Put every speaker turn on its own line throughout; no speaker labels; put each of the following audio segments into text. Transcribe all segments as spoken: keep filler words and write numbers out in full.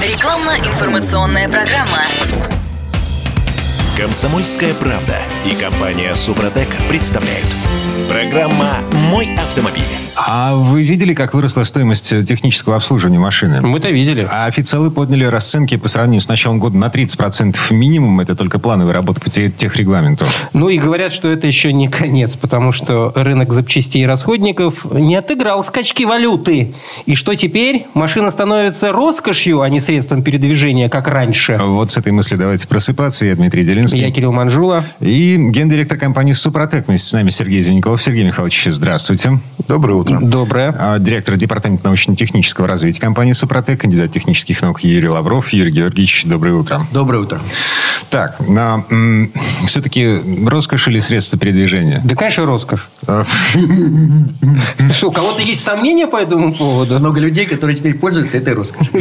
Рекламно-информационная программа.
«Комсомольская правда» и компания «Супротек» представляют. Программа «Мой автомобиль».
А вы видели, как выросла стоимость технического обслуживания машины?
Мы-то видели.
А официалы подняли расценки по сравнению с началом года на тридцать процентов минимум. Это только плановая работа по техрегламенту.
Ну и говорят, что это еще не конец, потому что рынок запчастей и расходников не отыграл скачки валюты. И что теперь? Машина становится роскошью, а не средством передвижения, как раньше.
Вот с этой мыслью давайте просыпаться. Я Дмитрий Делинский.
Я Кирилл Манжула.
И гендиректор компании «Супротек». Вместе с нами Сергей Зеленков. Сергей Михайлович, здравствуйте.
Доброе утро.
Доброе.
Директор департамента научно-технического развития компании «Супротек», кандидат технических наук Юрий Лавров. Юрий Георгиевич, доброе утро.
Доброе утро.
Так, но, м- все-таки роскошь или средство передвижения?
Да, конечно, роскошь. Что, у кого-то есть сомнения по этому поводу?
Много людей, которые теперь пользуются этой роскошью.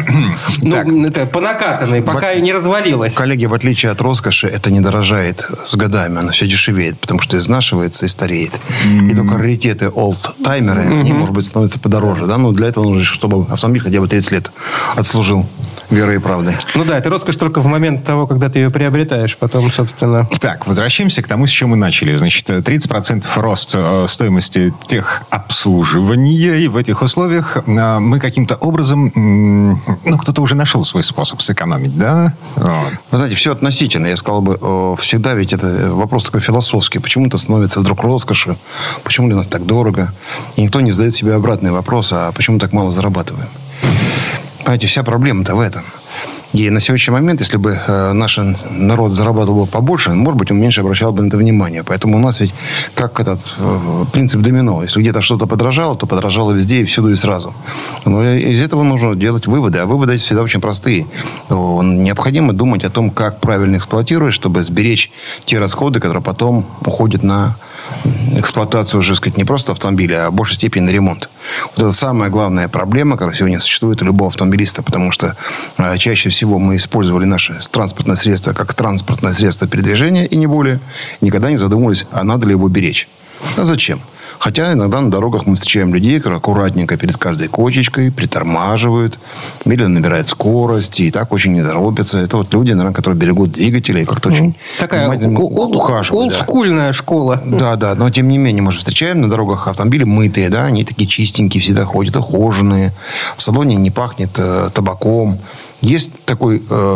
Ну, это по накатанной, пока не развалилась.
Коллеги, в отличие от роскоши, это не дорожает с годами. Она все дешевеет, потому что изнашивается и стареет. И только раритеты, олдтаймеры, они, может быть, становятся подороже. Да? Но для этого нужно, чтобы автомобиль хотя бы тридцать лет отслужил верой и правдой.
Ну да, это роскошь только в момент того, когда ты ее приобретаешь. Потом, собственно...
Так, возвращаемся к тому, с чем мы начали. Значит, тридцать процентов рост э, стоимости техобслуживания. И в этих условиях э, мы каким-то образом... Э, ну, кто-то уже нашел свой способ сэкономить, да? Вот.
Вы знаете, все относительно. Я сказал бы, э, всегда ведь это вопрос такой философский. Почему это становится вдруг роскошью? Почему для нас так дорого? И никто не задает себе обратный вопрос, а почему так мало зарабатываем? Понимаете, вся проблема-то в этом. И на сегодняшний момент, если бы э, наш народ зарабатывал побольше, может быть, он меньше обращал бы на это внимание. Поэтому у нас ведь как этот э, принцип домино. Если где-то что-то подорожало, то подорожало везде и всюду и сразу. Но из этого нужно делать выводы. А выводы эти всегда очень простые. Необходимо думать о том, как правильно эксплуатировать, чтобы сберечь те расходы, которые потом уходят на эксплуатацию уже, сказать, не просто автомобиля, а в большей степени на ремонт. Вот это самая главная проблема, которая сегодня существует у любого автомобилиста, потому что э, чаще всего мы использовали наши транспортные средства как транспортное средство передвижения и не более. Никогда не задумывались, а надо ли его беречь. А зачем? Хотя иногда на дорогах мы встречаем людей, которые аккуратненько перед каждой кочечкой притормаживают, медленно набирают скорость и так очень не торопятся. Это вот люди, наверное, которые берегут двигатели и как-то очень
такая
ухаживают.
Олдскульная да. школа.
Да, да. Но тем не менее мы же встречаем на дорогах автомобили мытые, да, они такие чистенькие всегда ходят, ухоженные. В салоне не пахнет э, табаком. Есть такой э,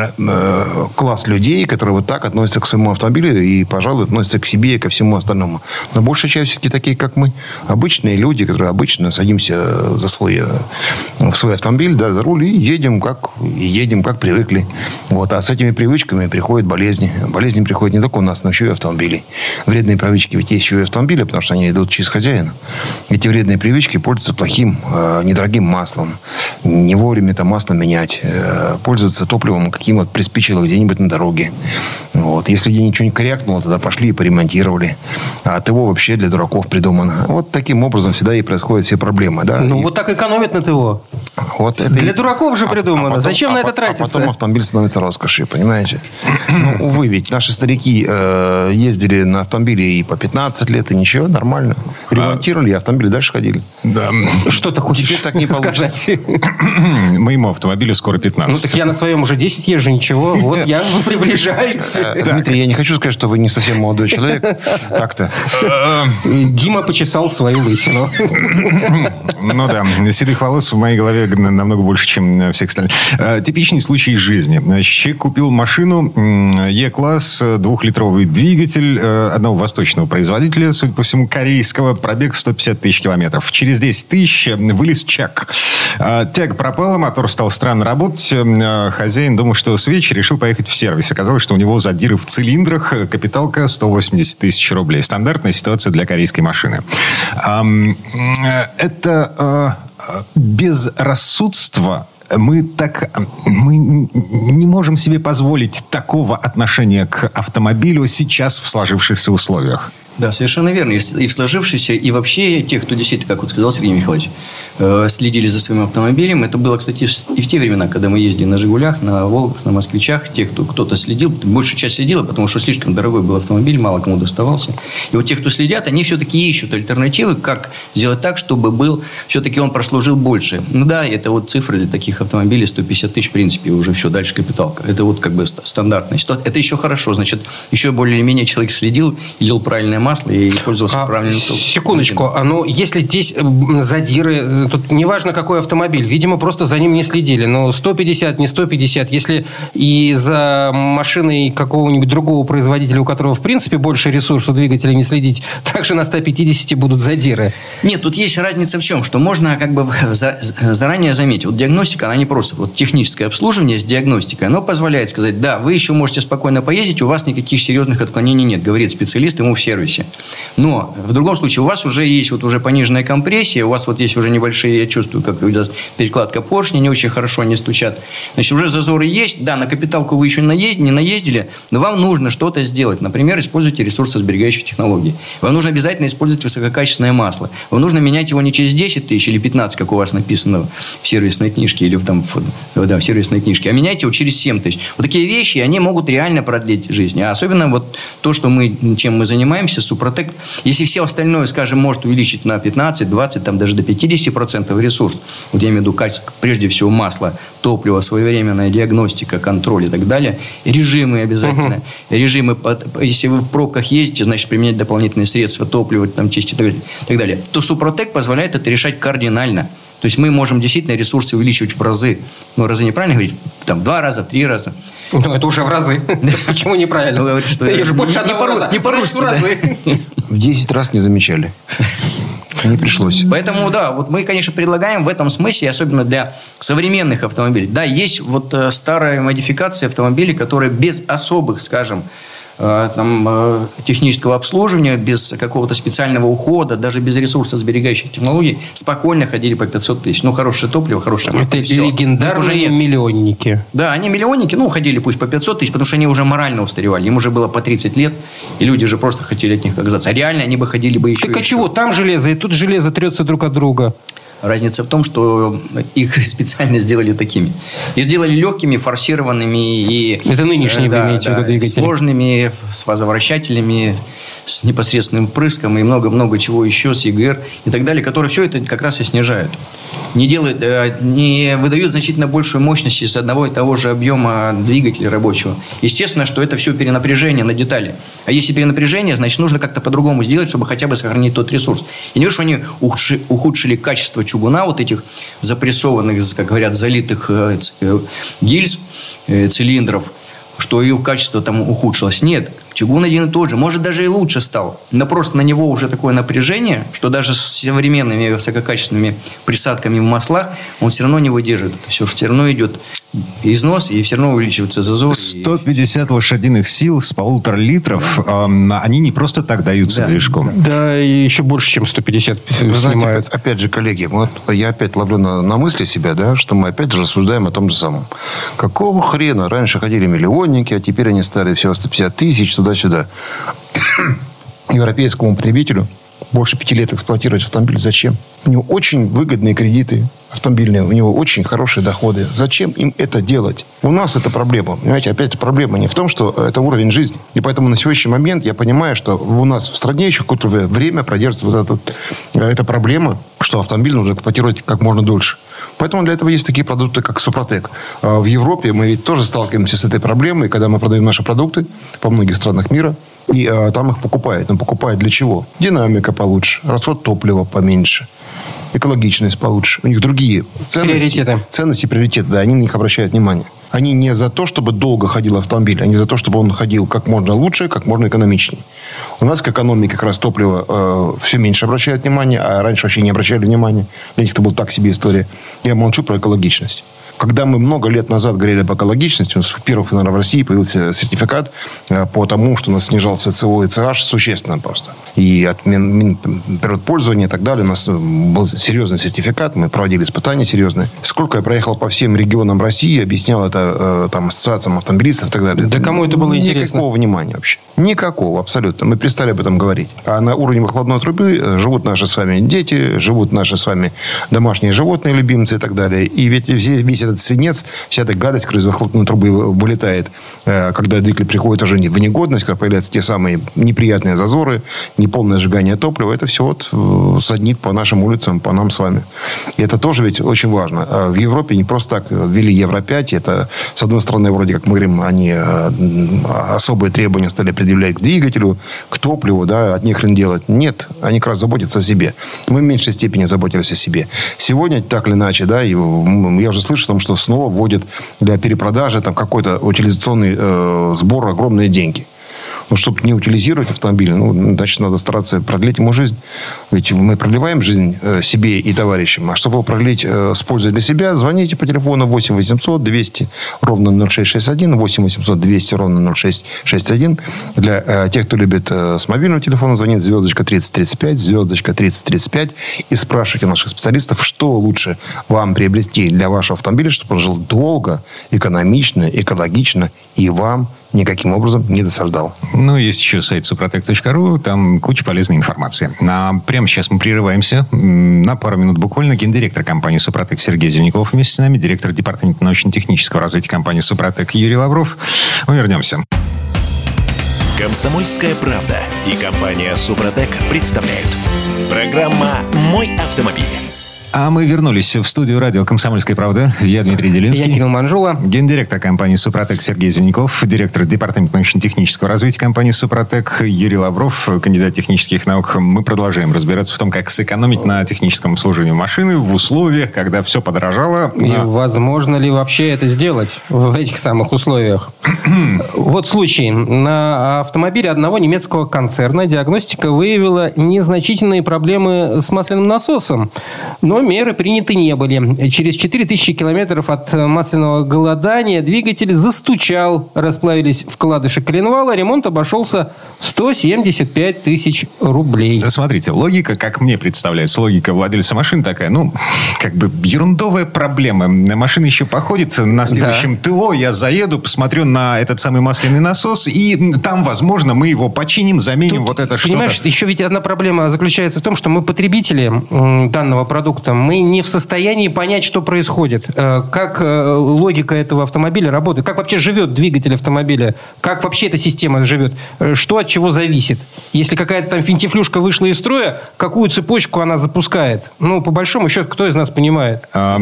э, класс людей, которые вот так относятся к своему автомобилю и, пожалуй, относятся к себе и ко всему остальному. Но большая часть все-таки такие, как мы. Обычные люди, которые обычно садимся за свой, э, в свой автомобиль, да, за руль и едем, как, и едем, как привыкли. Вот. А с этими привычками приходят болезни. Болезни приходят не только у нас, но еще и автомобилей. Вредные привычки ведь есть еще и автомобили, потому что они идут через хозяина. Эти вредные привычки пользуются плохим, э, недорогим маслом. Не вовремя это масло менять. Пользоваться топливом, каким вот приспичило где-нибудь на дороге. Вот. Если где ничего не корректнуло, тогда пошли и поремонтировали. А ТО вообще для дураков придумано. Вот таким образом всегда и происходят все проблемы. Да?
Ну,
и...
вот так экономят на ТО.
Вот это
для
и...
дураков же придумано. А, а потом, Зачем а, на это тратиться?
А потом автомобиль становится роскошью, понимаете? Ну, увы, ведь наши старики э, ездили на автомобиле и по пятнадцать лет, и ничего, нормально. Ремонтировали, и автомобили дальше ходили.
Да.
Что ты хочешь
Теперь так не получится.
Моему автомобилю скоро пятнадцать.
Ну, так я на своем уже десять езжу, ничего. Вот я приближаюсь.
Дмитрий, я не хочу сказать, что вы не совсем молодой человек. Так-то.
Дима почесал свою лысину.
Ну да, седых волос в моей голове намного больше, чем всех остальных. Типичный случай из жизни. Человек купил машину Е-класс, двухлитровый двигатель одного восточного производителя, судя по всему, корейского, пробег сто пятьдесят тысяч километров. Через десять тысяч вылез чак. Тяга пропала, мотор стал странно работать. Хозяин думал, что свеч, решил поехать в сервис. Оказалось, что у него задиры в цилиндрах, капиталка сто восемьдесят тысяч рублей. Стандартная ситуация для корейской машины. Это безрассудство. Мы так, мы не можем себе позволить такого отношения к автомобилю сейчас в сложившихся условиях.
Да, совершенно верно. И в сложившейся, и вообще тех, кто действительно, как вот сказал Сергей Михайлович, следили за своим автомобилем. Это было, кстати, и в те времена, когда мы ездили на «Жигулях», на «Волгах», на «Москвичах». Те, кто кто-то следил, большая часть следила, потому что слишком дорогой был автомобиль, мало кому доставался. И вот те, кто следят, они все-таки ищут альтернативы, как сделать так, чтобы был, все-таки он прослужил больше. Ну да, это вот цифры для таких автомобилей сто пятьдесят тысяч, в принципе, уже все, дальше капиталка. Это вот как бы стандартная ситуация. Это еще хорошо, значит, еще более-менее человек следил, лил правильное масло и пользовался а, правильным топливом.
Секундочку, а ну если здесь задиры, тут неважно какой автомобиль, видимо, просто за ним не следили. Но сто пятьдесят, не сто пятьдесят, если и за машиной какого-нибудь другого производителя, у которого в принципе больше ресурсов двигателя, не следить, также на ста пятидесяти будут задиры.
Нет, тут есть разница в чем, что можно как бы за, заранее заметить. Вот диагностика, она не просто. Вот техническое обслуживание с диагностикой, оно позволяет сказать, да, вы еще можете спокойно поездить, у вас никаких серьезных отклонений нет, говорит специалист ему в сервисе. Но в другом случае у вас уже есть вот уже пониженная компрессия, у вас вот есть уже небольшие, я чувствую, как перекладка поршня, не очень хорошо они стучат. Значит, уже зазоры есть, да, на капиталку вы еще не наездили, но вам нужно что-то сделать. Например, используйте ресурсосберегающие технологии. Вам нужно обязательно использовать высококачественное масло. Вам нужно менять его не через десять тысяч или пятнадцать, как у вас написано в сервисной книжке, или там, в, да, в сервисной книжке, а меняйте его через семь тысяч. Вот такие вещи, они могут реально продлить жизнь. А особенно вот то, что мы, чем мы занимаемся, Супротек, если все остальное, скажем, может увеличить на пятнадцать, двадцать, там даже до пятьдесят процентов ресурс, вот я имею в виду качество, прежде всего масло, топливо, своевременная диагностика, контроль и так далее, режимы обязательно, uh-huh. режимы, если вы в пробках ездите, значит, применять дополнительные средства, топливо, там, чистить и так далее, то Супротек позволяет это решать кардинально. То есть мы можем действительно ресурсы увеличивать в разы. Ну, разы неправильно говорить? Там, в два раза, в три раза.
Ну, это уже в разы. Почему неправильно?
Вы говорите, что
это же больше одного раза.
Не по-русски, да.
В десять раз не замечали. Не пришлось.
Поэтому, да, вот мы, конечно, предлагаем в этом смысле, особенно для современных автомобилей. Да, есть вот старая модификация автомобилей, которые без особых, скажем, там, технического обслуживания, без какого-то специального ухода, даже без ресурсосберегающих технологий, спокойно ходили по пятьсот тысяч. Ну, хорошее топливо, хорошее.
Это легендарные миллионники.
Да, они миллионники, ну, ходили пусть по пятьсот тысяч, потому что они уже морально устаревали. Им уже было по тридцать лет, и люди же просто хотели от них отказаться. А реально они бы ходили бы еще.
Так а чего? Там железо, и тут железо трется друг от друга.
Разница в том, что их специально сделали такими. И сделали легкими, форсированными и...
Это нынешние, да, вы имеете да, в виду двигатели?
Сложными, с фазовращателями, с непосредственным впрыском и много-много чего еще, с и гэ эр и так далее, которые все это как раз и снижают. Не, делают, не выдают значительно большую мощность из одного и того же объема двигателя рабочего. Естественно, что это все перенапряжение на детали. А если перенапряжение, значит, нужно как-то по-другому сделать, чтобы хотя бы сохранить тот ресурс. И не видишь, что они ухудшили качество чугуна, вот этих запрессованных, как говорят, залитых гильз, цилиндров, что и качество там ухудшилось. Нет, чугун один и тот же. Может, даже и лучше стал. Но просто на него уже такое напряжение, что даже с современными высококачественными присадками в маслах он все равно не выдерживает. Это все, все равно идет износ, и все равно увеличивается зазор.
сто пятьдесят лошадиных сил с полутора литров, да. э, они не просто так даются да. движком.
Да, и еще больше, чем сто пятьдесят
Вы
снимают.
Знаете, опять же, коллеги, вот я опять ловлю на, на мысли себя, да, что мы опять же рассуждаем о том же самом. Какого хрена? Раньше ходили миллионники, а теперь они стали всего сто пятьдесят тысяч, туда-сюда. Европейскому потребителю больше пяти лет эксплуатировать автомобиль зачем? У него очень выгодные кредиты автомобильные, у него очень хорошие доходы. Зачем им это делать? У нас это проблема. Понимаете, опять проблема не в том, что это уровень жизни. И поэтому на сегодняшний момент я понимаю, что у нас в стране еще какое-то время продержится вот этот, эта проблема, что автомобиль нужно эксплуатировать как можно дольше. Поэтому для этого есть такие продукты, как Супротек. В Европе мы ведь тоже сталкиваемся с этой проблемой, когда мы продаем наши продукты по многих странах мира. И а, там их покупают. Но покупают для чего? Динамика получше, расход топлива поменьше, экологичность получше. У них другие ценности.
Приоритеты.
Ценности и приоритеты, да, они на них обращают внимание. Они не за то, чтобы долго ходил автомобиль, они за то, чтобы он ходил как можно лучше, как можно экономичнее. У нас к экономике как раз топлива э, все меньше обращают внимание, а раньше вообще не обращали внимания. Для них это была так себе история. Я молчу про экологичность. Когда мы много лет назад говорили об экологичности, у нас, во-первых, наверное, в России появился сертификат по тому, что у нас снижался СО и ЦH существенно просто. И от природопользования и так далее у нас был серьезный сертификат, мы проводили испытания серьезные. Сколько я проехал по всем регионам России, объяснял это там, ассоциациям автомобилистов и так далее.
Да кому это было интересно?
Никакого внимания вообще. Никакого, абсолютно. Мы перестали об этом говорить. А на уровне выхлопной трубы живут наши с вами дети, живут наши с вами домашние животные, любимцы и так далее. И ведь весь этот свинец, вся эта гадость, которая из выхлопной трубы вылетает, когда двигатель приходит уже в негодность, когда появляются те самые неприятные зазоры, неполное сжигание топлива, это все вот саднит по нашим улицам, по нам с вами. И это тоже ведь очень важно. В Европе не просто так ввели Евро пять. Это, с одной стороны, вроде как мы говорим, они особые требования стали предъявлять к двигателю, к топливу, да, от них хрен делать. Нет, они как раз заботятся о себе. Мы в меньшей степени заботились о себе. Сегодня, так или иначе, да, я уже слышу о том, что снова вводят для перепродажи там какой-то утилизационный э, сбор огромные деньги. Ну, чтобы не утилизировать автомобиль, ну, значит, надо стараться продлить ему жизнь. Ведь мы продлеваем жизнь э, себе и товарищам. А чтобы его продлить э, с пользой для себя, звоните по телефону восемь восемьсот двести ровно ноль шесть шесть один, восемь восемьсот двести ровно ноль шесть шесть один. Для э, тех, кто любит э, с мобильного телефона, звонит звездочка тридцать тридцать пять, звездочка тридцать тридцать пять и спрашивайте наших специалистов, что лучше вам приобрести для вашего автомобиля, чтобы он жил долго, экономично, экологично и вам никаким образом не досаждал.
Ну, есть еще сайт супротек точка ру, там куча полезной информации. А прямо сейчас мы прерываемся на пару минут буквально. Гендиректор компании «Супротек» Сергей Зеленяков вместе с нами, директор департамента научно-технического развития компании «Супротек» Юрий Лавров. Мы вернемся.
«Комсомольская правда» и компания «Супротек» представляют. Программа «Мой автомобиль».
А мы вернулись в студию радио «Комсомольская правда». Я Дмитрий Делинский.
Я Кирилл Манжула.
Гендиректор компании «Супротек» Сергей Зеленяков. Директор департамента научно-технического развития компании «Супротек» Юрий Лавров, кандидат технических наук. Мы продолжаем разбираться в том, как сэкономить на техническом обслуживании машины в условиях, когда все подорожало.
И а... возможно ли вообще это сделать в этих самых условиях? Вот случай. На автомобиле одного немецкого концерна диагностика выявила незначительные проблемы с масляным насосом. Но меры приняты не были. Через четыре тысячи километров от масляного голодания двигатель застучал. Расплавились вкладыши коленвала. Ремонт обошелся сто семьдесят пять тысяч рублей.
Смотрите, логика, как мне представляется, логика владельца машины такая, ну, как бы ерундовая проблема. Машина еще походит, на следующем да. ТО я заеду, посмотрю на этот самый масляный насос, и там, возможно, мы его починим, заменим. Тут, вот это что-то.
Понимаешь, еще ведь одна проблема заключается в том, что мы потребители данного продукта. Мы не в состоянии понять, что происходит. Как логика этого автомобиля работает. Как вообще живет двигатель автомобиля. Как вообще эта система живет. Что от чего зависит. Если какая-то там финтифлюшка вышла из строя, какую цепочку она запускает. Ну, по большому счету, кто из нас понимает?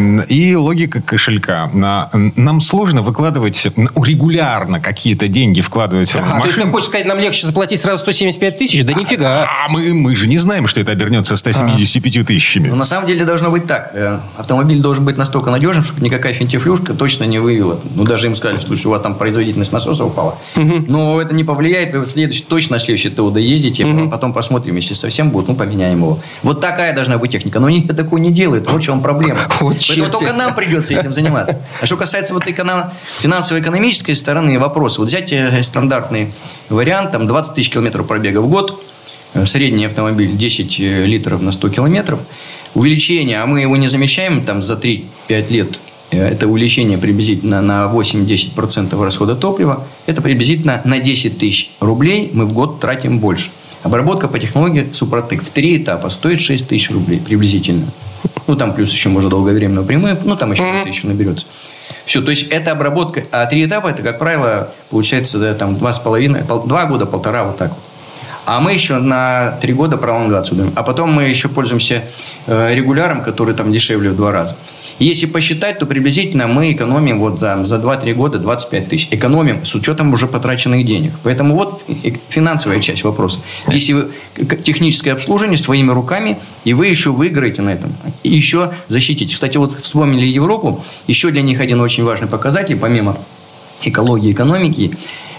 И логика кошелька. Нам сложно выкладывать регулярно какие-то деньги вкладывать в машину.
А, то есть ты хочешь сказать, нам легче заплатить сразу сто семьдесят пять тысяч? Да нифига.
А мы, мы же не знаем, что это обернется ста семьюдесятью пятью тысячами.
Ну, на самом деле должно быть так. Автомобиль должен быть настолько надежным, чтобы никакая финтифлюшка точно не выявила. Ну, даже им сказали, что у вас там производительность насоса упала. Угу. Но это не повлияет. Вы следующий, точно на следующий ТО доездите, угу. потом посмотрим, если совсем будет, ну, поменяем его. Вот такая должна быть техника. Но никто такой не делает. Вот в чем проблема. Поэтому только нам придется этим заниматься. А что касается вот финансово-экономической стороны вопроса. Вот взять стандартный вариант, там двадцать тысяч километров пробега в год. Средний автомобиль десять литров на сто километров. Увеличение, а мы его не замечаем там за три-пять лет, это увеличение приблизительно на восемь-десять процентов расхода топлива, это приблизительно на десять тысяч рублей мы в год тратим больше. Обработка по технологии Супротек в три этапа стоит шесть тысяч рублей приблизительно. Ну, там плюс еще можно долговременно прямые, ну, там еще mm-hmm. тысяча наберется. Все, то есть это обработка, а три этапа, это, как правило, получается, да, там два с половиной, два года, полтора, вот так вот. А мы еще на три года пролонгацию даем. А потом мы еще пользуемся э, регуляром, который там дешевле в два раза. Если посчитать, то приблизительно мы экономим вот за, за два-три года двадцать пять тысяч. Экономим с учетом уже потраченных денег. Поэтому вот финансовая часть вопроса. Если вы техническое обслуживание своими руками, и вы еще выиграете на этом. И еще защитите. Кстати, вот вспомнили Европу. Еще для них один очень важный показатель, помимо экологии и экономики.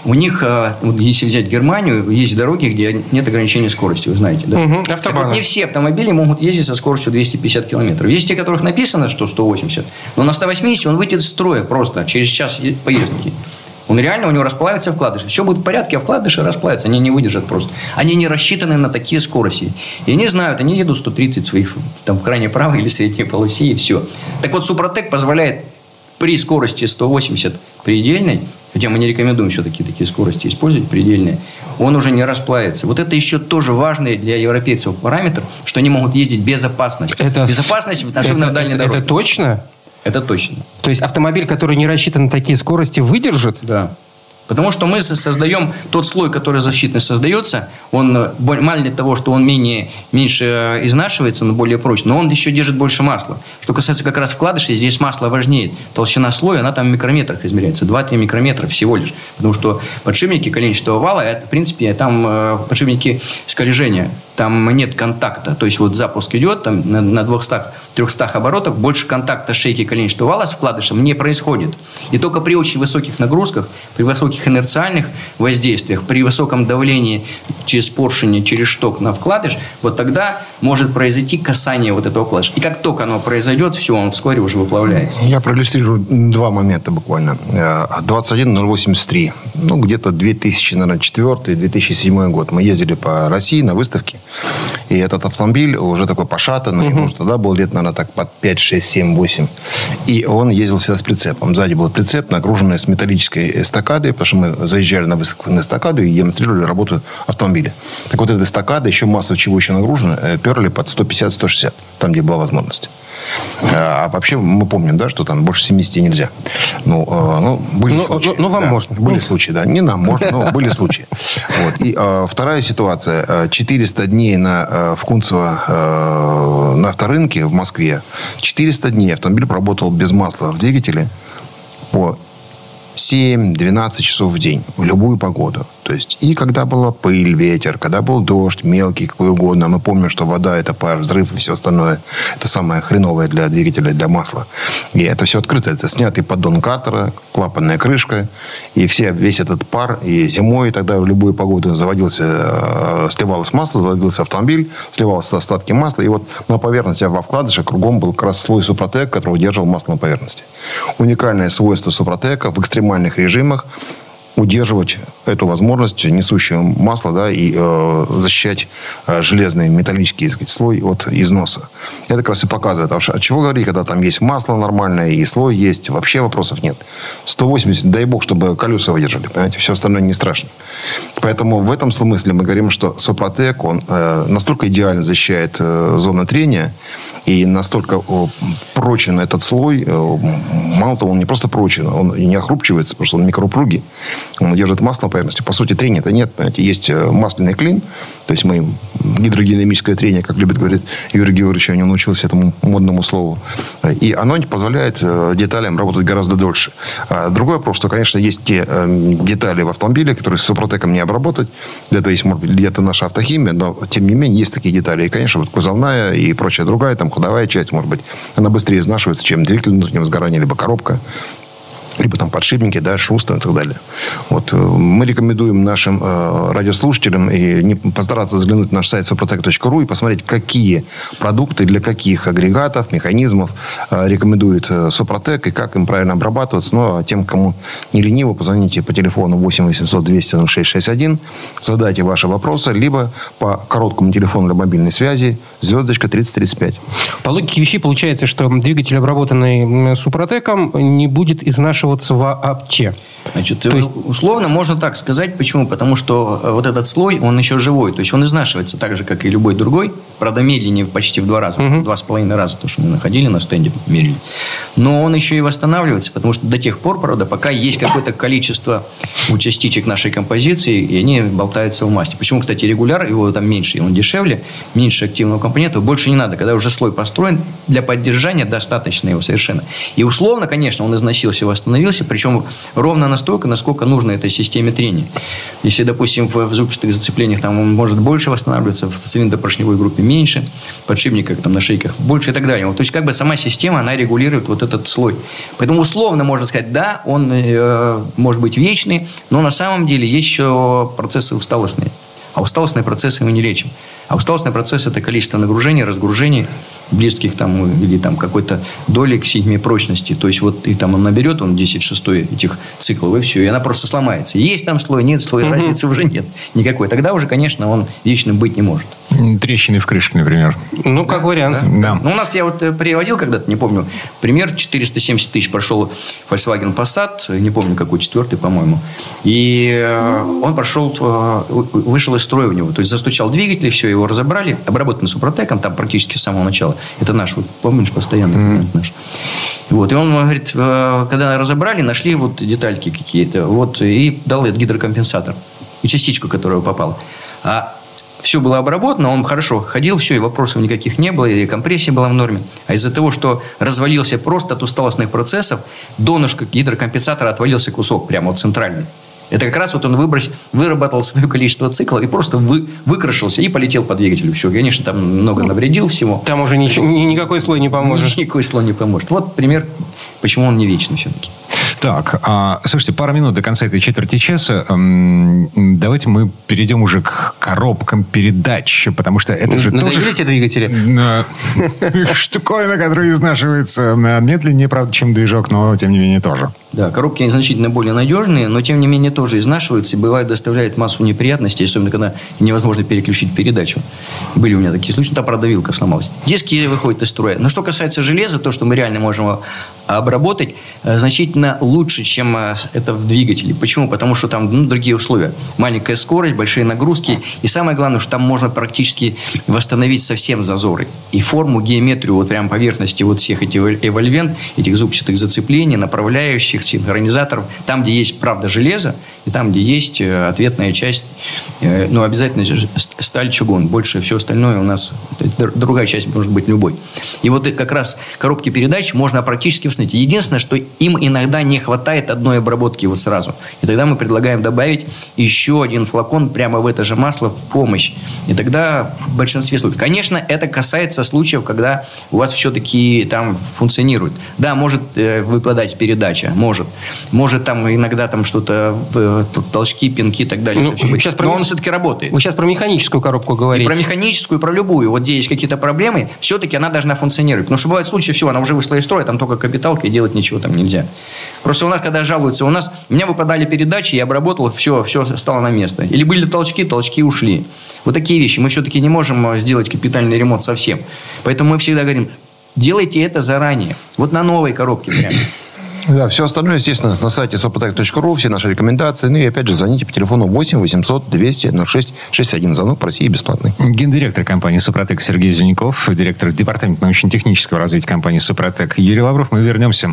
У них, вот если взять Германию, есть дороги, где нет ограничения скорости, вы знаете, да?
Угу,
так вот, не все автомобили могут ездить со скоростью двести пятьдесят километров. Есть те, которых написано, что сто восемьдесят, но на сто восемьдесят он выйдет из строя просто через час поездки. Он реально, у него расплавится вкладыши. Все будет в порядке, а вкладыши расплавятся. Они не выдержат просто. Они не рассчитаны на такие скорости. И они знают, они едут сто тридцать своих там, в крайней правой или средней полосе, и все. Так вот, Супротек позволяет при скорости сто восемьдесят предельной, хотя мы не рекомендуем еще такие, такие скорости использовать, предельные, он уже не расплавится. Вот это еще тоже важный для европейцев параметр, что они могут ездить безопасно.
Это,
Безопасность, особенно
это,
в дальней
это,
дороге.
Это точно?
Это точно.
То есть автомобиль, который не рассчитан на такие скорости, выдержит?
Да. Потому что мы создаем тот слой, который защитный создается, он мало того, что он менее, меньше изнашивается, но более прочный, но он еще держит больше масла. Что касается как раз вкладышей, здесь масло важнее. Толщина слоя, она там в микрометрах измеряется, два-три микрометра всего лишь. Потому что подшипники коленчатого вала, это, в принципе, там подшипники скольжения. Там нет контакта. То есть, вот запуск идет там, на, на двухстах-трехстах оборотах, больше контакта шейки коленчатого вала с вкладышем не происходит. И только при очень высоких нагрузках, при высоких инерциальных воздействиях, при высоком давлении через поршень, через шток на вкладыш, вот тогда может произойти касание вот этого вкладыша. И как только оно произойдет, все, он вскоре уже выплавляется.
Я проиллюстрирую два момента буквально. двадцать один ноль восемьдесят три. Ну, где-то две тысячи четвёртый - две тысячи седьмой год. Мы ездили по России на выставке. И этот автомобиль уже такой пошатанный. Угу. Может, тогда был лет, наверное, так под пять, шесть, семь, восемь. И он ездил всегда с прицепом. Сзади был прицеп, нагруженный с металлической эстакадой, потому что мы заезжали на выставку на эстакаду и демонстрировали работу автомобиля. Так вот, эта эстакада, еще масса чего еще нагружена, перли под сто пятьдесят - сто шестьдесят. Там, где была возможность. А вообще мы помним, да, что там больше семидесяти нельзя. Ну, ну были ну, случаи. Ну,
ну вам
да,
можно.
Были случаи, да. Не нам можно, но были случаи. Вот. И а, вторая ситуация. четыреста дней на, в Кунцево на авторынке в Москве. четыреста дней автомобиль проработал без масла в двигателе по семь-двенадцать часов в день, в любую погоду. То есть, и когда была пыль, ветер, когда был дождь, мелкий, какой угодно. Мы помним, что вода – это пар, взрыв и все остальное. Это самое хреновое для двигателя, для масла. И это все открыто. Это снятый поддон картера, клапанная крышка. И все, весь этот пар. И зимой тогда в любую погоду заводился, сливалось масло, заводился автомобиль, сливалось остатки масла. И вот на поверхности, во вкладыше, кругом был как раз слой Супротек, который удерживал масло на поверхности. Уникальное свойство Супротека в экстремальных режимах удерживать эту возможность, несущую масло, да, и э, защищать э, железный металлический, так сказать, слой от износа. Это как раз и показывает. А от чего говорить, когда там есть масло нормальное и слой есть, вообще вопросов нет. сто восемьдесят, дай бог, чтобы колеса выдержали. Понимаете, все остальное не страшно. Поэтому в этом смысле мы говорим, что Супротек, он э, настолько идеально защищает э, зону трения и настолько э, прочен этот слой. Э, мало того, он не просто прочен, он не охрупчивается, потому что он микроупругий. Он держит масло на поверхности. По сути, трения-то нет. Понимаете? Есть масляный клин. То есть мы гидродинамическое трение, как любит говорить Юрий Георгиевич, я не научился этому модному слову. И оно позволяет деталям работать гораздо дольше. А другой вопрос, что, конечно, есть те детали в автомобиле, которые с Супротеком не обработать. Для этого есть, может быть, где-то наша автохимия, но, тем не менее, есть такие детали. И, конечно, вот кузовная и прочая другая, там, ходовая часть, может быть, она быстрее изнашивается, чем двигатель внутреннего сгорания, либо коробка. Либо там подшипники, да, шустры и так далее. Вот. Мы рекомендуем нашим э, радиослушателям и не, постараться заглянуть на наш сайт супротек точка ру и посмотреть, какие продукты для каких агрегатов, механизмов э, рекомендует э, Супротек и как им правильно обрабатываться. Ну, а тем, кому не лениво, позвоните по телефону восемь восемьсот двести ноль шесть шестьдесят один, задайте ваши вопросы, либо по короткому телефону для мобильной связи звездочка тридцать тридцать пять.
По логике вещей получается, что двигатель, обработанный Супротеком, не будет изнашиваться вообще.
Значит,
то есть...
условно можно так сказать. Почему? Потому что вот этот слой, он еще живой. То есть он изнашивается так же, как и любой другой. Правда, медленнее почти в два раза. Uh-huh. Два с половиной раза, то, что мы находили на стенде, мерили. Но он еще и восстанавливается. Потому что до тех пор, правда, пока есть какое-то количество частичек нашей композиции, и они болтаются в массе. Почему, кстати, регуляр, его там меньше, он дешевле, меньше активного компонента, больше не надо. Когда уже слой построен, для поддержания достаточно его совершенно. И условно, конечно, он износился, восстановился восстановился, причем ровно настолько, насколько нужно этой системе трения. Если, допустим, в, в зубчатых зацеплениях там он может больше восстанавливаться, в цилиндропоршневой группе меньше, в подшипниках, там, на шейках больше и так далее. То есть, как бы сама система, она регулирует вот этот слой. Поэтому условно можно сказать, да, он э, может быть вечный, но на самом деле есть еще процессы усталостные. А усталостные процессы мы не лечим. А усталостный процесс – это количество нагружений, разгружений близких там, или там, какой-то доли к седьмой прочности. То есть, вот и там он наберет, он десять шестой этих циклов, и все. И она просто сломается. Есть там слой, нет слоя, угу. разницы уже нет никакой. Тогда уже, конечно, он вечным быть не может.
Трещины в крышке, например.
Ну, как
да,
вариант.
Да.
Да.
Ну, у нас, я вот приводил когда-то, не помню, пример, четыреста семьдесят тысяч прошел Volkswagen Passat, не помню, какой, четвертый, по-моему. И он прошел, вышел из строя у него. То есть, застучал двигатель, все, его разобрали, обработаны Супротеком, там практически с самого начала. Это наш, вот, помнишь, постоянный клиент mm-hmm. наш. Вот, и он говорит, когда разобрали, нашли вот детальки какие-то, вот, и дал этот гидрокомпенсатор, и частичку, которая попала. А все было обработано, он хорошо ходил, все, и вопросов никаких не было, и компрессия была в норме. А из-за того, что развалился просто от усталостных процессов, донышко гидрокомпенсатора отвалился кусок, прямо вот центральный. Это как раз вот он выброс, выработал свое количество циклов и просто вы, выкрашился и полетел по двигателю. Все, конечно, там много навредил всего.
Там уже ничего, никакой слой не поможет.
Никакой слой не поможет. Вот пример, почему он не вечный все-таки.
Так, а, слушайте, пару минут до конца этой четверти часа. Эм, давайте мы перейдем уже к коробкам передач, потому что это же
Надоели
тоже...
эти двигатели?
Штуковина, которая изнашивается медленнее, правда, чем движок, но, тем не менее, тоже.
Да, коробки значительно более надежные, но, тем не менее, тоже изнашиваются и, бывает, доставляют массу неприятностей, особенно, когда невозможно переключить передачу. Были у меня такие случаи, там, правда, вилка сломалась. Диски выходят из строя. Но что касается железа, то, что мы реально можем обработать, значительно лучше, чем это в двигателе. Почему? Потому что там ну, другие условия. Маленькая скорость, большие нагрузки. И самое главное, что там можно практически восстановить совсем зазоры. И форму, геометрию вот прямо поверхности вот всех этих эвольвент, этих зубчатых зацеплений, направляющих, синхронизаторов. Там, где есть, правда, железо, и там, где есть ответная часть, ну, обязательно сталь, чугун. Больше все остальное у нас, другая часть может быть любой. И вот как раз коробки передач можно практически восстановить. Единственное, что им иногда не хватает одной обработки вот сразу. И тогда мы предлагаем добавить еще один флакон прямо в это же масло в помощь. И тогда в большинстве случаев. Конечно, это касается случаев, когда у вас все-таки там функционирует. Да, может э, выпадать передача, может. Может там иногда там что-то, э, толчки, пинки и так далее.
Ну, сейчас
Но
про...
он все-таки работает.
Вы сейчас про механическую коробку говорите.
И про механическую, и про любую. Вот где есть какие-то проблемы, все-таки она должна функционировать. Потому что бывают случаи, все, она уже вышла из строя, там только капиталка, и делать ничего там нельзя. Просто у нас, когда жалуются, у нас, у меня выпадали передачи, я обработал, все, все стало на место. Или были толчки, толчки ушли. Вот такие вещи. Мы все-таки не можем сделать капитальный ремонт совсем. Поэтому мы всегда говорим, делайте это заранее. Вот на новой коробке прямо.
Да, все остальное, естественно, на сайте супротек точка ру, все наши рекомендации. Ну и опять же, звоните по телефону восемь восемьсот двести ноль шесть шестьдесят один. Звонок в России бесплатный.
Гендиректор компании «Супротек» Сергей Зеленков, директор департамента научно-технического развития компании «Супротек» Юрий Лавров. Мы вернемся.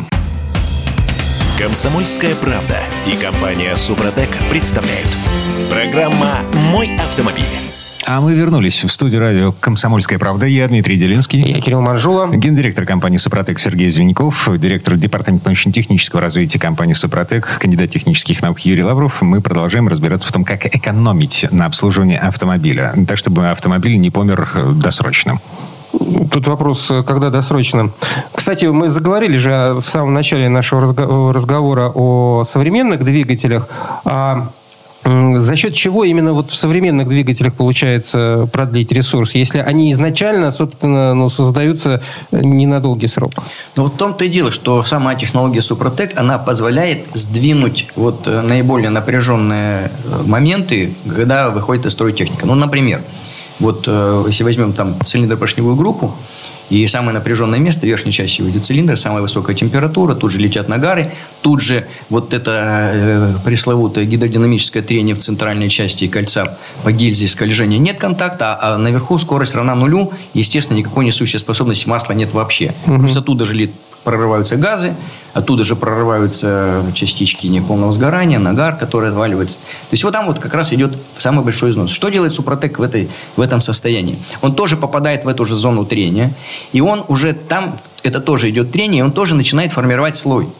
«Комсомольская правда» и компания «Супротек» представляют. Программа «Мой автомобиль».
А мы вернулись в студию радио «Комсомольская правда». Я Дмитрий Делинский.
Я Кирилл Манжула.
Гендиректор компании «Супротек» Сергей Зеленков. Директор департамента научно-технического развития компании «Супротек», кандидат технических наук Юрий Лавров. Мы продолжаем разбираться в том, как экономить на обслуживании автомобиля, так, чтобы автомобиль не помер досрочно.
Тут вопрос, когда досрочно. Кстати, мы заговорили же в самом начале нашего разговора о современных двигателях. А за счет чего именно вот в современных двигателях получается продлить ресурс, если они изначально, собственно, ну, создаются не на долгий срок?
Ну, вот в том-то и дело, что сама технология Супротек, она позволяет сдвинуть вот наиболее напряженные моменты, когда выходит из строя техника. Ну, например, вот если возьмем там цилиндропоршневую группу, и самое напряженное место, верхняя часть его цилиндра, самая высокая температура, тут же летят нагары, тут же вот это э, пресловутое гидродинамическое трение в центральной части кольца по гильзе, скольжения нет контакта, а наверху скорость равна нулю, естественно, никакой несущей способности масла нет вообще. Угу. То есть оттуда же прорываются газы, оттуда же прорываются частички неполного сгорания, нагар, который отваливается. То есть вот там вот как раз идет самый большой износ. Что делает Супротек в, этой, в этом состоянии? Он тоже попадает в эту же зону трения, и он уже там, это тоже идет трение, и он тоже начинает формировать слой.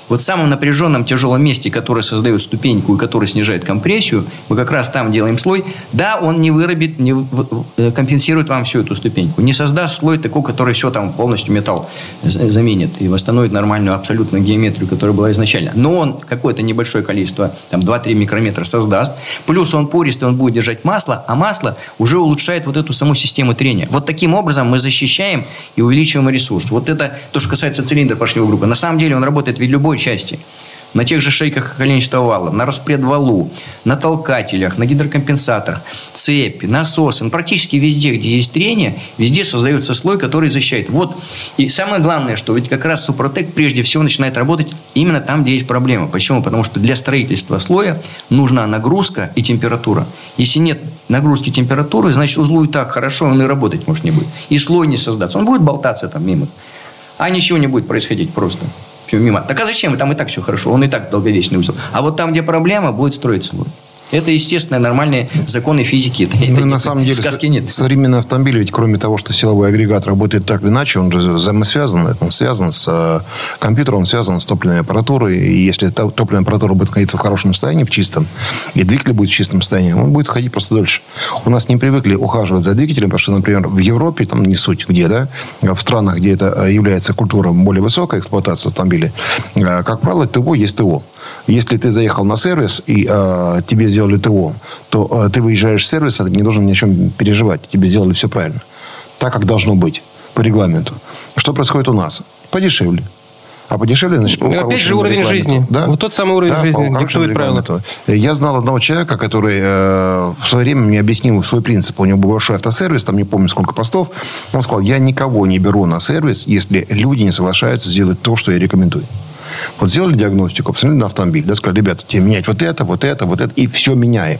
Вот в самом напряженном, тяжелом месте, которое создает ступеньку и который снижает компрессию, мы как раз там делаем слой. Да, он не вырубит, не компенсирует вам всю эту ступеньку. Не создаст слой такой, который все там полностью металл заменит и восстановит нормальную абсолютно геометрию, которая была изначально. Но он какое-то небольшое количество, там два-три микрометра создаст. Плюс он пористый, он будет держать масло, а масло уже улучшает вот эту саму систему трения. Вот таким образом мы защищаем и увеличиваем ресурс. Вот это то, что касается цилиндра поршневой группы. На самом деле он работает в любой части. На тех же шейках коленчатого вала, на распредвалу, на толкателях, на гидрокомпенсаторах, цепи, насосы. Ну, практически везде, где есть трение, везде создается слой, который защищает. Вот. И самое главное, что ведь как раз Супротек прежде всего начинает работать именно там, где есть проблема. Почему? Потому что для строительства слоя нужна нагрузка и температура. Если нет нагрузки и температуры, значит узлу и так хорошо, он и работать может не будет. И слой не создаться. Он будет болтаться там мимо. А ничего не будет происходить просто. Все мимо. Так а зачем? Там и так все хорошо. Он и так долговечный узел. А вот там, где проблема, будет строиться слой. Это естественные, нормальные законы физики. Это,
ну,
это
на самом деле,
сказки нет.
Современный автомобиль, ведь кроме того, что силовой агрегат работает так или иначе, он же взаимосвязан. Он связан с э, компьютером, он связан с топливной аппаратурой. И если топливная аппаратура будет находиться в хорошем состоянии, в чистом, и двигатель будет в чистом состоянии, он будет ходить просто дольше. У нас не привыкли ухаживать за двигателем, потому что, например, в Европе, там не суть где, да, в странах, где это является культура более высокой эксплуатации автомобиля, э, как правило, ТО есть ТО. Если ты заехал на сервис и э, тебе сделали ТО, то э, ты выезжаешь с сервиса, не должен ни о чем переживать. Тебе сделали все правильно. Так, как должно быть по регламенту. Что происходит у нас? Подешевле. А подешевле, значит, по
опять же уровень
регламенту.
жизни.
Да?
Вот тот самый уровень
да,
жизни диктует правила.
Я знал одного человека, который э, в свое время мне объяснил свой принцип. У него был большой автосервис, там не помню сколько постов. Он сказал, я никого не беру на сервис, если люди не соглашаются сделать то, что я рекомендую. Вот сделали диагностику, посмотрели на автомобиль, да, сказали, ребята, тебе менять вот это, вот это, вот это, и все меняем.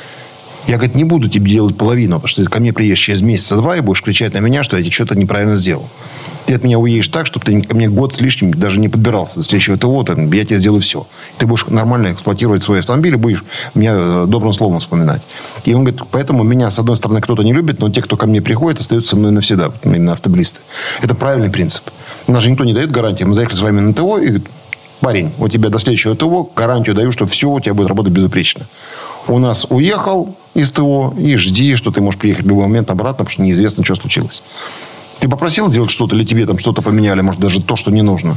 Я, говорит, не буду тебе делать половину, потому что ты ко мне приедешь через месяца-два и будешь кричать на меня, что я тебе что-то неправильно сделал. Ты от меня уедешь так, чтобы ты ко мне год с лишним даже не подбирался до следующего ТО, там, я тебе сделаю все. Ты будешь нормально эксплуатировать свой автомобиль и будешь меня добрым словом вспоминать. И он говорит, поэтому меня, с одной стороны, кто-то не любит, но те, кто ко мне приходит, остаются со мной навсегда, именно автобилисты. Это правильный принцип. У нас же никто не дает гарантии. Мы заехали с вами на ТО, и говорит, парень, у тебя до следующего ТО гарантию даю, что все у тебя будет работать безупречно. У нас уехал из ТО и жди, что ты можешь приехать в любой момент обратно, потому что неизвестно, что случилось. Ты попросил сделать что-то, или тебе там что-то поменяли, может, даже то, что не нужно.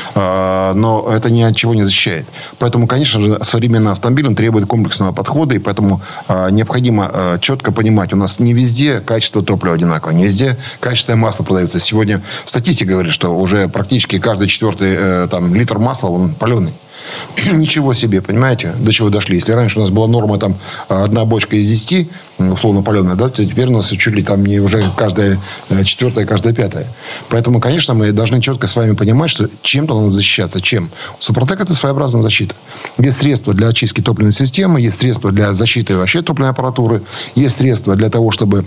А, но это ни от чего не защищает. Поэтому, конечно же, современный автомобиль, он требует комплексного подхода, и поэтому а, необходимо а, четко понимать, у нас не везде качество топлива одинаковое, не везде качественное масло продается. Сегодня статистика говорит, что уже практически каждый четвертый э, там, литр масла, он паленый. Ничего себе, понимаете, до чего дошли. Если раньше у нас была норма там одна бочка из десяти, условно паленая, да, то теперь у нас чуть ли там не уже каждая четвертая, каждая пятая. Поэтому, конечно, мы должны четко с вами понимать, что чем-то надо защищаться. Чем? Супротек – это своеобразная защита. Есть средства для очистки топливной системы, есть средства для защиты вообще топливной аппаратуры, есть средства для того, чтобы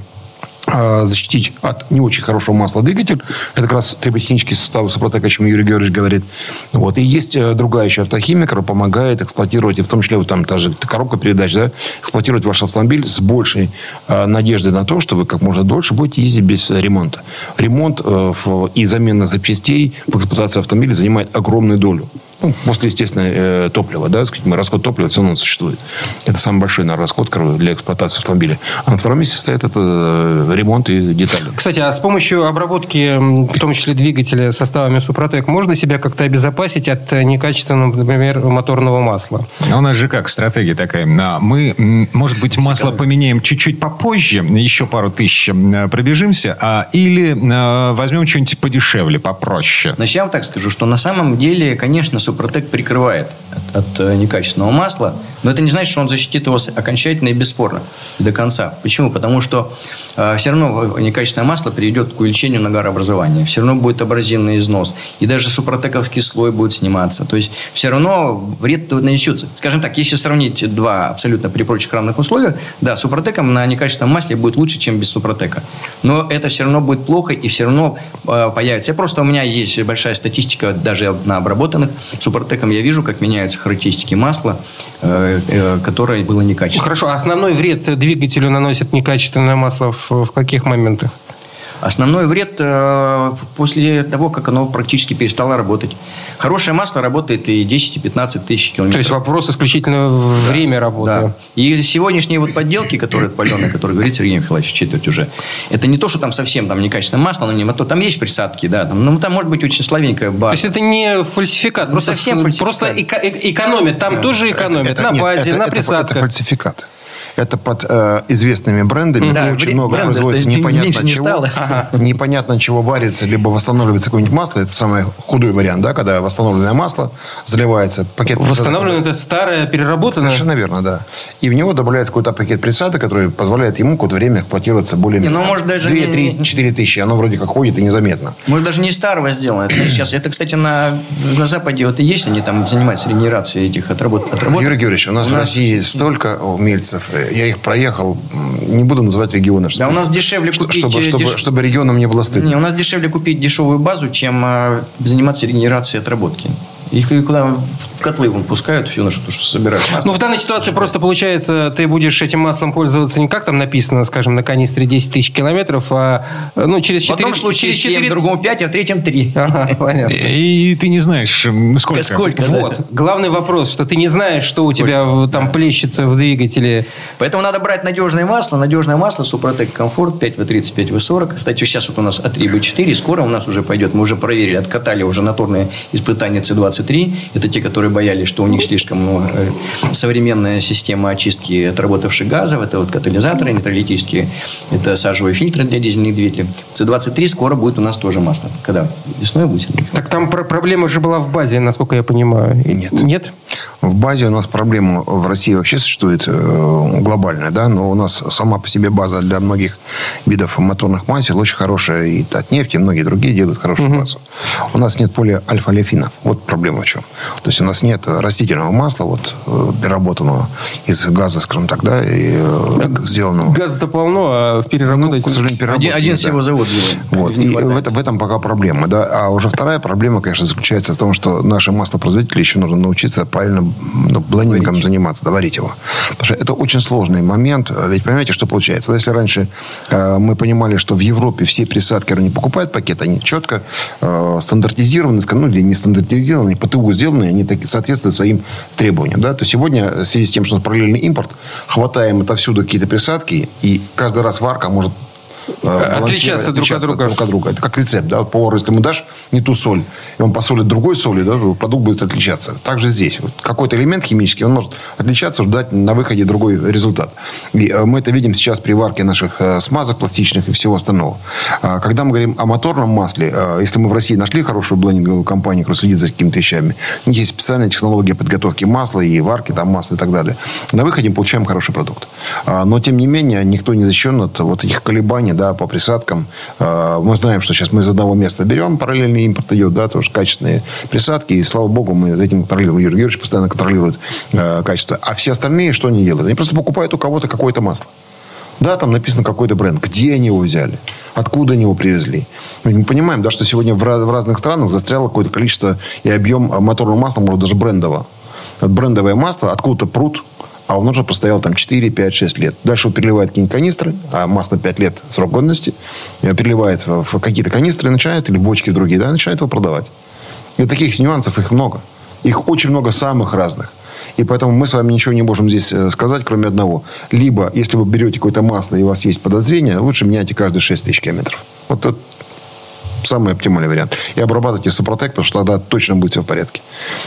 защитить от не очень хорошего масла двигатель. Это как раз триботехнический состав Супротека, о чем Юрий Георгиевич говорит. Вот. И есть другая еще автохимия, которая помогает эксплуатировать, и в том числе вот там та же коробка передач, да, эксплуатировать ваш автомобиль с большей э, надеждой на то, что вы как можно дольше будете ездить без ремонта. Ремонт э, в, и замена запчастей в эксплуатации автомобиля занимает огромную долю. Ну, после, естественно, э, топлива, да, сказать, расход топлива все равно существует. Это самый большой, наверное, расход для эксплуатации автомобиля. А на втором месте стоит это ремонт и детали.
Кстати, а с помощью обработки, в том числе двигателя, составами Супротек, можно себя как-то обезопасить от некачественного, например, моторного масла?
А у нас же как стратегия такая. Мы, может быть, масло поменяем чуть-чуть попозже, еще пару тысяч пробежимся, а, или возьмем что-нибудь подешевле, попроще.
Значит, я вам так скажу, что на самом деле, конечно, Супротек прикрывает от, от некачественного масла, но это не значит, что он защитит его окончательно и бесспорно до конца. Почему? Потому что э, все равно некачественное масло приведет к увеличению нагарообразования, все равно будет абразивный износ, и даже супротековский слой будет сниматься. То есть все равно вред нанесется. Скажем так, если сравнить два абсолютно при прочих равных условиях, да, Супротеком на некачественном масле будет лучше, чем без Супротека. Но это все равно будет плохо, и все равно э, появится. Я просто, у меня есть большая статистика даже на обработанных Супротеком, я вижу, как меняются характеристики масла, э, э, которое было некачественное.
Хорошо, а основной вред двигателю наносит некачественное масло в, в каких моментах?
Основной вред э, после того, как оно практически перестало работать. Хорошее масло работает и десять, и пятнадцать тысяч километров.
То есть вопрос исключительно в
Да,
время работы.
Да. И сегодняшние вот подделки, которые паленые, которые говорит Сергей Михайлович, четверть уже, это не то, что там совсем там некачественное масло, но не мотор. Там есть присадки, да, там, ну там может быть очень слабенькая база.
То есть это не фальсификат,
Не
просто,
совсем фальсификат.
просто эко- э- экономят. Там тоже экономят
Это-
на
нет,
базе,
это-
на
это-
присадках.
Это фальсификат. Это под э, известными брендами.
Да,
Очень
бре-
много
бренды,
производится
это
непонятно
меньше не
чего.
стало.
Непонятно чего варится, либо восстанавливается какое-нибудь масло. Это самый худой вариант, да, когда восстановленное масло заливается. Пакет
Восстановлено это старое, переработанное.
Совершенно верно, да. И в него добавляется какой-то пакет присадок, который позволяет ему какое-то время эксплуатироваться более
Не, ну, может, даже
две,
не-
три, четыре тысячи. Оно вроде как ходит и незаметно.
Может, даже не старого сделано. Это сейчас, это, кстати, на, на Западе вот и есть, они там занимаются регенерацией этих отработок. отработок.
Юрий Георгиевич, у нас
У
в
нас-
России столько умельцев. Я их проехал. Не буду называть регионы.
Да,
чтобы-
у нас дешевле
что-
купить...
Чтобы, чтобы,
деш-
чтобы регионам не было стыдно.
Не, у нас дешевле купить дешевую базу, чем э, заниматься регенерацией отработки. Их и куда в котлы вон пускают, все на что, что собирают масло.
Ну, в данной ситуации просто получается, ты будешь этим маслом пользоваться не как там написано, скажем, на канистре десять тысяч километров, а ну, через
В
четыре...
одном случае
через
семь,
четыре-
в другом пять, а в третьем три.
Ага, понятно.
И ты не знаешь, м, сколько.
Сколько, да.
Вот. Главный вопрос, что ты не знаешь, что у тебя в- там плещется в двигателе.
Поэтому надо брать надежное масло. Надежное масло Супротек Комфорт пять вэ тридцать, пять вэ сорок. Кстати, сейчас вот у нас А три бэ четыре. Скоро у нас уже пойдет. Мы уже проверили, откатали уже моторные испытания С двадцать три. Это те, которые боялись, что у них слишком ну, э, современная система очистки отработавших газов. Это вот катализаторы нейтралитические. Это сажевые фильтры для дизельных двигателей. С двадцать три скоро будет у нас тоже масло. Когда? Весной будет?
Так там про- проблема же была в базе, насколько я понимаю.
Нет.
Нет?
В базе у нас проблема в России вообще существует э, глобальная, да, но у нас сама по себе база для многих видов моторных масел очень хорошая. И от нефти, и многие другие делают хорошую
Мгм.
базу. У нас нет полиальфа-олефина. Вот проблема в чем. То есть у нас нет растительного масла, вот, э, переработанного из газа, скажем так, да, и э, сделанного.
Газа-то полно, а переработать...
Ну, к сожалению,
Один,
переработки,
один
да.
всего завод делаем.
Вот.
Не
И
хватает.
в этом, в этом пока проблема. Да? А уже вторая проблема, конечно, заключается в том, что наши маслопроизводители еще нужно научиться правильно ну, блендингом заниматься, да, варить его. Потому что это очень сложный момент. Ведь понимаете, что получается? Если раньше э, мы понимали, что в Европе все присадки не покупают пакет, они четко э, стандартизированы, ну, или не стандартизированы, по ТУ сделаны, они так, соответствуют своим требованиям. Да? То сегодня, в связи с тем, что у нас параллельный импорт, хватаем отовсюду какие-то присадки, и каждый раз варка может
Отличаться друг от друга.
друг от друга. Это как рецепт. Да? Вот повару, если ему дашь не ту соль, и он посолит другой солью, да, то продукт будет отличаться. Также здесь. Вот какой-то элемент химический, он может отличаться, дать на выходе другой результат. И э, мы это видим сейчас при варке наших э, смазок пластичных и всего остального. А, когда мы говорим о моторном масле, э, если мы в России нашли хорошую блендинговую компанию, которая следит за какими-то вещами, у них есть специальная технология подготовки масла и варки там масла и так далее. На выходе мы получаем хороший продукт. А, но, тем не менее, никто не защищен от вот этих колебаний, да, по присадкам. Мы знаем, что сейчас мы из одного места берем, параллельный импорт идет, да, тоже качественные присадки, и, слава богу, мы этим контролируем. Юрий Георгиевич постоянно контролирует э, качество. А все остальные что они делают? Они просто покупают у кого-то какое-то масло. Да, там написано какой-то бренд. Где они его взяли? Откуда они его привезли? Мы понимаем, да, что сегодня в, раз, в разных странах застряло какое-то количество и объем моторного масла, может, даже брендового. Вот брендовое масло откуда-то прут, а он уже простоял там четыре, пять, шесть лет. Дальше он переливает какие-нибудь канистры, а масло пять лет срок годности, переливает в какие-то канистры и начинает, или бочки в другие, да, начинает его продавать. И таких нюансов их много. Их очень много самых разных. И поэтому мы с вами ничего не можем здесь сказать, кроме одного. Либо, если вы берете какое-то масло и у вас есть подозрение, лучше меняйте каждые шесть тысяч километров. Вот это самый оптимальный вариант. И обрабатывайте Супротек, потому что тогда точно будет все в порядке.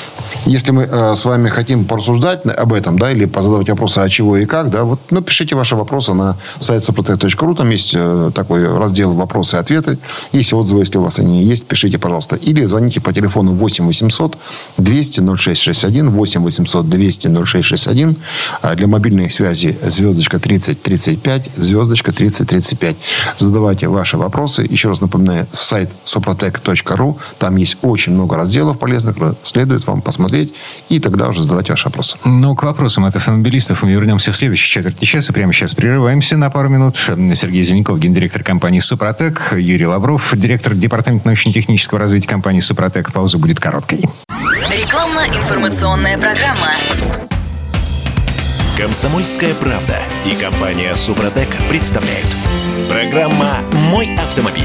Если мы э, с вами хотим порассуждать об этом, да, или позадавать вопросы, а чего и как, да, вот, ну, пишите ваши вопросы на сайт супротек точка ру. Там есть э, такой раздел «Вопросы и ответы». Есть отзывы, если у вас они есть, пишите, пожалуйста. Или звоните по телефону восемь восемьсот двести ноль шесть шестьдесят один, восемь восемьсот двести ноль шесть шестьдесят один. А для мобильной связи звездочка тридцать тридцать пять, звездочка тридцать тридцать пять. Задавайте ваши вопросы. Еще раз напоминаю, сайт супротек точка ру. Там есть очень много разделов полезных. Следует вам посмотреть. И тогда уже задавать ваши вопросы.
Ну, к вопросам от автомобилистов мы вернемся в следующей четверти часа. Прямо сейчас прерываемся на пару минут. Сергей Зеленков, гендиректор компании «Супротек». Юрий Лавров, директор департамента научно-технического развития компании «Супротек». Пауза будет короткой.
Рекламно-информационная программа.
Комсомольская правда и компания «Супротек» представляют. Программа «Мой автомобиль».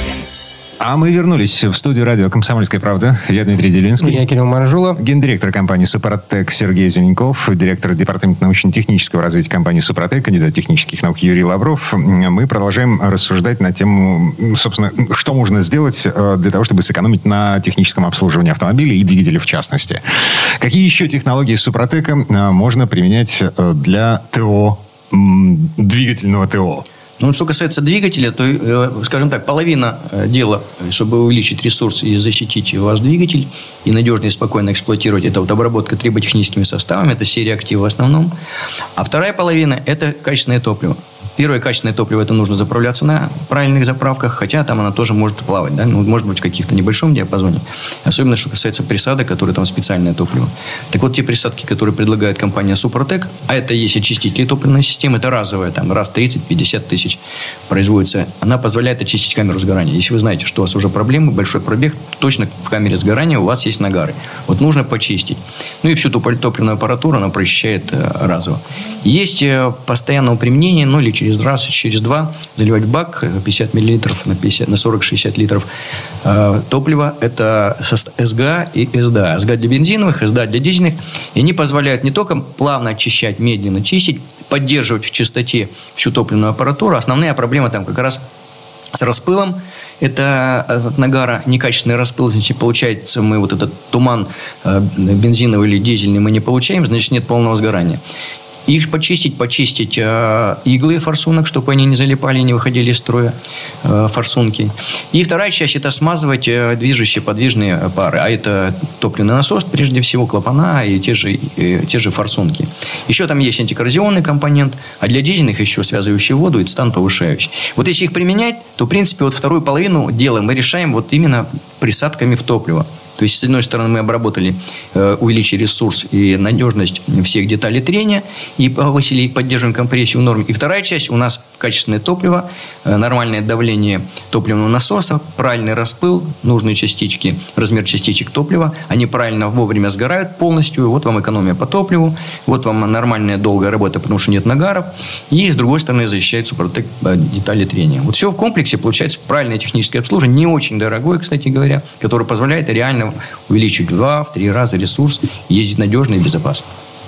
А мы вернулись в студию радио «Комсомольская правда». Я Дмитрий Делинский.
Я Кирилл Манжулов.
Гендиректор компании «Супротек» Сергей Зеленков. Директор департамента научно-технического развития компании «Супротек», кандидат технических наук Юрий Лавров. Мы продолжаем рассуждать на тему, собственно, что можно сделать для того, чтобы сэкономить на техническом обслуживании автомобилей и двигателей в частности. Какие еще технологии «Супротека» можно применять для ТО, двигательного ТО?
Ну, что касается двигателя, то, скажем так, половина дела, чтобы увеличить ресурс и защитить ваш двигатель, и надежно и спокойно эксплуатировать, это вот обработка триботехническими составами, это серия актив в основном. А вторая половина – это качественное топливо. Первое качественное топливо – это нужно заправляться на правильных заправках, хотя там оно тоже может плавать, да? Ну, может быть, в каких-то небольшом диапазоне. Особенно, что касается присадок, которые там специальное топливо. Так вот, те присадки, которые предлагает компания «Супротек», а это есть очистители топливной системы, это разовая, там, раз тридцать-пятьдесят тысяч производится, она позволяет очистить камеру сгорания. Если вы знаете, что у вас уже проблемы, большой пробег, точно в камере сгорания у вас есть нагары. Вот нужно почистить. Ну и всю ту топливную аппаратуру она прочищает разово. Есть постоянного применения, ну или через раз, через два заливать в бак пятьдесят миллилитров на, пятьдесят, на сорок-шестьдесят литров э, топлива. Это СГА и СДА. СГА для бензиновых, СДА для дизельных. И они позволяют не только плавно очищать, медленно чистить, поддерживать в чистоте всю топливную аппаратуру. Основная проблема там как раз с распылом. Это от нагара некачественный распыл. Значит, получается, мы вот этот туман э, бензиновый или дизельный мы не получаем, значит, нет полного сгорания. Их почистить, почистить э, иглы форсунок, чтобы они не залипали, не выходили из строя э, форсунки. И вторая часть – это смазывать э, движущие подвижные пары. А это топливный насос, прежде всего, клапана и те же, э, те же форсунки. Еще там есть антикоррозионный компонент, а для дизельных еще связывающий воду и цетан повышающий. Вот если их применять, то, в принципе, вот вторую половину дела мы решаем вот именно присадками в топливо. То есть, с одной стороны, мы обработали, э, увеличили ресурс и надежность всех деталей трения и повысили и поддерживаем компрессию в норме. И вторая часть у нас качественное топливо, э, нормальное давление топливного насоса, правильный распыл, нужные частички, размер частичек топлива. Они правильно вовремя сгорают полностью. Вот вам экономия по топливу. Вот вам нормальная долгая работа, потому что нет нагаров. И, с другой стороны, защищает Супротек детали трения. Вот все в комплексе получается правильное техническое обслуживание, не очень дорогое, кстати говоря, которое позволяет реально увеличить в два, в три раза ресурс, ездить надежно и безопасно.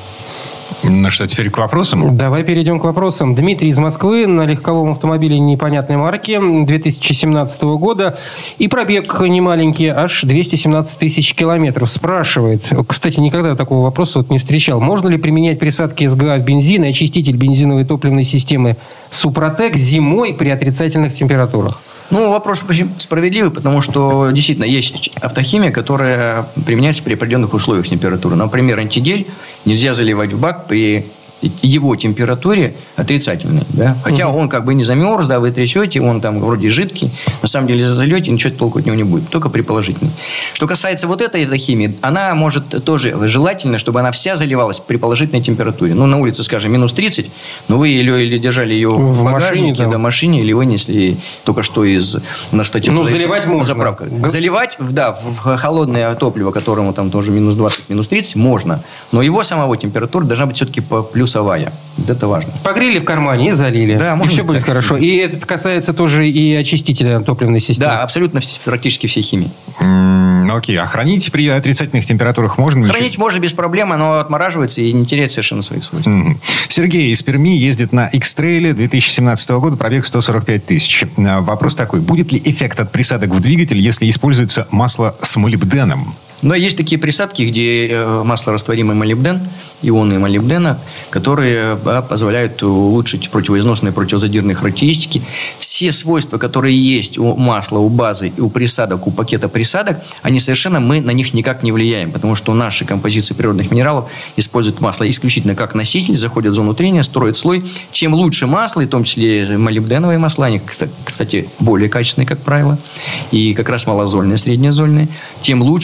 Ну что, теперь к вопросам?
Давай перейдем к вопросам. Дмитрий из Москвы на легковом автомобиле непонятной марки две тысячи семнадцатого года. И пробег немаленький, аж двести семнадцать тысяч километров. Спрашивает, кстати, никогда такого вопроса вот не встречал. Можно ли применять присадки СГА в бензин и очиститель бензиновой топливной системы Супротек зимой при отрицательных температурах?
Ну, вопрос очень справедливый, потому что действительно есть автохимия, которая применяется при определенных условиях температуры. Например, антигель нельзя заливать в бак при его температуре отрицательной. Да? Хотя угу. он как бы не замерз, да, вы трясете, он там вроде жидкий. На самом деле зальете, ничего толку от него не будет. Только при положительной. Что касается вот этой химии, она может тоже желательно, чтобы она вся заливалась при положительной температуре. Ну, на улице, скажем, минус тридцать, но вы или, или держали ее в, в багажнике, машине, да. Да, машине, или вынесли только что из... У нас, кстати,
ну, заливать можно.
Заправка. Заливать, да, в холодное топливо, которому там тоже минус двадцать, минус тридцать, можно. Но его самого температура должна быть все-таки по плюсовая. Вот это важно.
Погрели в кармане и залили. Да, и все будет так. Хорошо. И это касается тоже и очистителя топливной системы.
Да, абсолютно практически всей химии.
Mm, окей. А хранить при отрицательных температурах можно?
Хранить еще? Можно без проблем. Оно отмораживается и не теряет совершенно своих свойств.
Mm-hmm. Сергей из Перми ездит на X-Trail две тысячи семнадцатого года, пробег сто сорок пять тысяч. Вопрос такой. Будет ли эффект от присадок в двигатель, если используется масло с молибденом?
Но есть такие присадки, где маслорастворимый молибден, ионы молибдена, которые да, позволяют улучшить противоизносные, противозадирные характеристики. Все свойства, которые есть у масла, у базы, и у присадок, у пакета присадок, они совершенно, мы на них никак не влияем, потому что наши композиции природных минералов используют масло исключительно как носитель, заходят в зону трения, строят слой. Чем лучше масло, и в том числе молибденовые масла, они, кстати, более качественные, как правило, и как раз малозольные, среднезольные, тем лучше будет и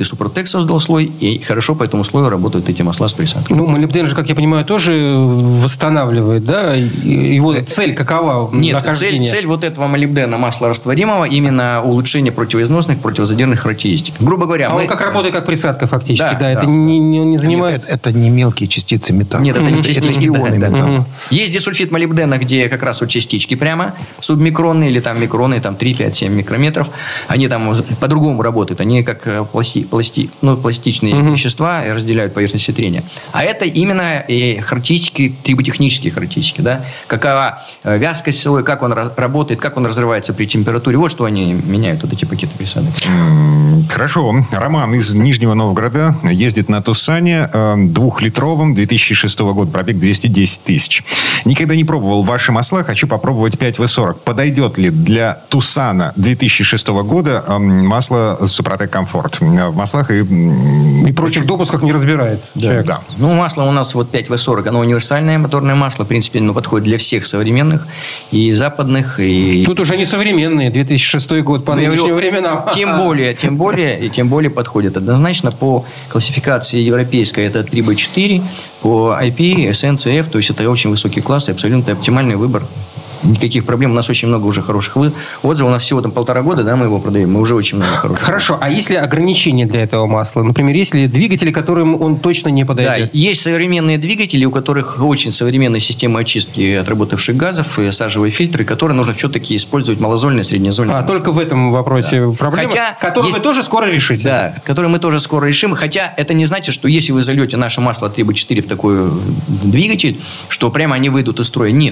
Супротек создал слой, и хорошо по этому слою работают эти масла с присадкой.
Ну, молибден же, как я понимаю, тоже восстанавливает, да? Его цель какова?
Нет, цель, цель вот этого молибдена маслорастворимого именно улучшение противоизносных, противозадерных характеристик. Грубо говоря,
а
мы...
он как работает как присадка фактически, да,
да,
да это
да.
не, не, не занимает...
Это, это не мелкие частицы металла.
Нет, это не частички,
это ионы
да, да.
металла.
Угу. Есть дисульфид молибдена, где как раз вот частички прямо, субмикронные или там микроны, там три, пять, семь микрометров. Они там по-другому работают. Они как пласти, пласти, ну, пластичные угу. вещества разделяют поверхности трения. А это именно и характеристики, триботехнические характеристики. Да? Какова вязкость слоя, как он работает, как он разрывается при температуре. Вот что они меняют, вот эти пакеты присадок.
Хорошо. Роман из Нижнего Новгорода ездит на Туссане двухлитровом две тысячи шестого года, пробег двести десять тысяч. Никогда не пробовал ваши масла, хочу попробовать пять вэ сорок. Подойдет ли для Туссана две тысячи шестого года масло Супротек Комфорт? В маслах и...
И прочих допусках не разбирается.
Да. да.
Ну, масло у нас вот пять вэ сорок, оно универсальное моторное масло. В принципе, оно подходит для всех современных и западных. И...
Тут уже не современные, две тысячи шестой год по нынешним временам.
Тем более, тем более, и тем более подходит однозначно по классификации европейской. Это три бэ четыре, по ай пи, эс эн, си эф, то есть это очень высокий класс и абсолютно оптимальный выбор. Никаких проблем. У нас очень много уже хороших отзывов. У нас всего там полтора года, да, мы его продаем. Мы уже очень много хороших.
Хорошо. А есть ли ограничения для этого масла? Например, есть ли двигатели, которым он точно не подойдет?
Да, есть современные двигатели, у которых очень современная система очистки отработавших газов и сажевые фильтры, которые нужно все-таки использовать малозольное, среднезольное.
А,
масло.
только в этом вопросе
да.
проблема,
Хотя
которую
есть...
вы тоже скоро решите.
Да, которую мы тоже скоро решим. Хотя это не значит, что если вы зальете наше масло три бэ четыре в такой двигатель, что прямо они выйдут из строя. Нет.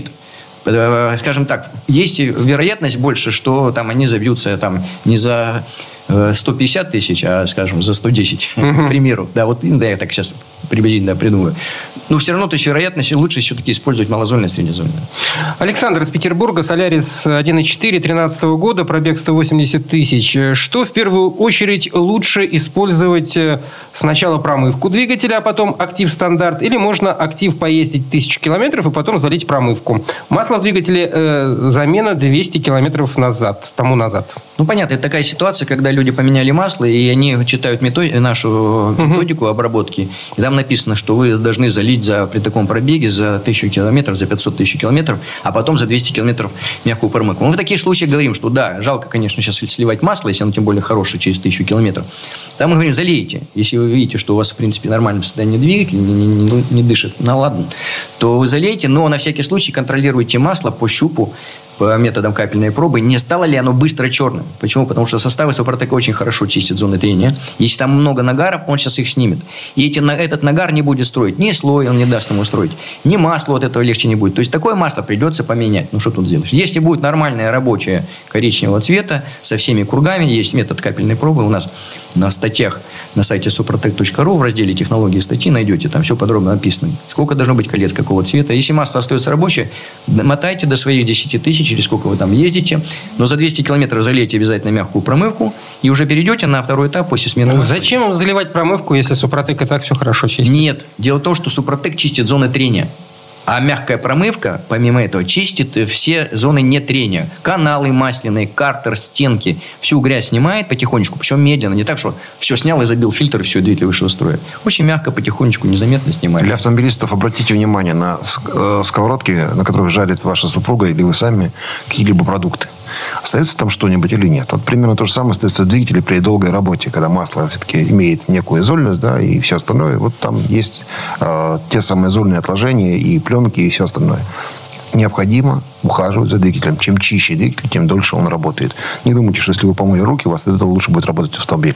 Скажем так, есть вероятность больше, что там они забьются там, не за сто пятьдесят тысяч, а, скажем, за сто десять, uh-huh. к примеру. Да, вот, да, я так сейчас приблизительно придумаю. Но все равно, то есть, вероятность лучше все-таки использовать малозольное, среднезольное.
Александр из Петербурга, Солярис один и четыре две тысячи тринадцатого года, пробег сто восемьдесят тысяч. Что в первую очередь лучше использовать сначала промывку двигателя, а потом актив стандарт, или можно актив поездить тысячу километров и потом залить промывку? Масло в двигателе э, замена двести километров назад, тому назад.
Ну, понятно, это такая ситуация, когда люди поменяли масло, и они читают метод... нашу методику uh-huh. обработки, и там написано, что вы должны залить за, при таком пробеге за тысячу километров, за пятьсот тысяч километров, а потом за двести километров мягкую промывку. Мы в таких случаях говорим, что да, жалко, конечно, сейчас сливать масло, если оно тем более хорошее через тысячу километров. Там мы говорим, залейте. Если вы видите, что у вас, в принципе, нормальное состояние двигателя, не, не, не, не дышит, ну ладно, то вы залейте, но на всякий случай контролируйте масло по щупу, по методам капельной пробы, не стало ли оно быстро черным. Почему? Потому что составы Супротека очень хорошо чистят зоны трения. Если там много нагаров, он сейчас их снимет. И эти, этот нагар не будет строить. Ни слой он не даст ему строить. Ни масло от этого легче не будет. То есть, такое масло придется поменять. Ну, что тут сделаешь? Если будет нормальное рабочее коричневого цвета, со всеми кругами, есть метод капельной пробы. У нас на статьях на сайте супротек точка ру в разделе «Технологии статьи» найдете. Там все подробно написано. Сколько должно быть колец, какого цвета. Если масло остается рабочее, мотайте до своих десяти тысяч, через сколько вы там ездите. Но за двести километров залейте обязательно мягкую промывку и уже перейдете на второй этап после смены масла.
Зачем заливать промывку, если Супротек и так все хорошо чистит?
Нет. Дело в том, что Супротек чистит зоны трения. А мягкая промывка, помимо этого, чистит все зоны нетрения. Каналы масляные, картер, стенки. Всю грязь снимает потихонечку, причем медленно. Не так, что все снял и забил фильтр, и все, двигатель вышел из строя. Очень мягко, потихонечку, незаметно снимает.
Для автомобилистов обратите внимание на сковородки, на которых жарит ваша супруга или вы сами какие-либо продукты. Остается там что-нибудь или нет? Вот примерно то же самое остается в двигателе при долгой работе, когда масло все-таки имеет некую зольность, да, и все остальное. Вот там есть э, те самые зольные отложения и пленки, и все остальное. Необходимо ухаживать за двигателем. Чем чище двигатель, тем дольше он работает. Не думайте, что если вы помыли руки, у вас от этого лучше будет работать автомобиль.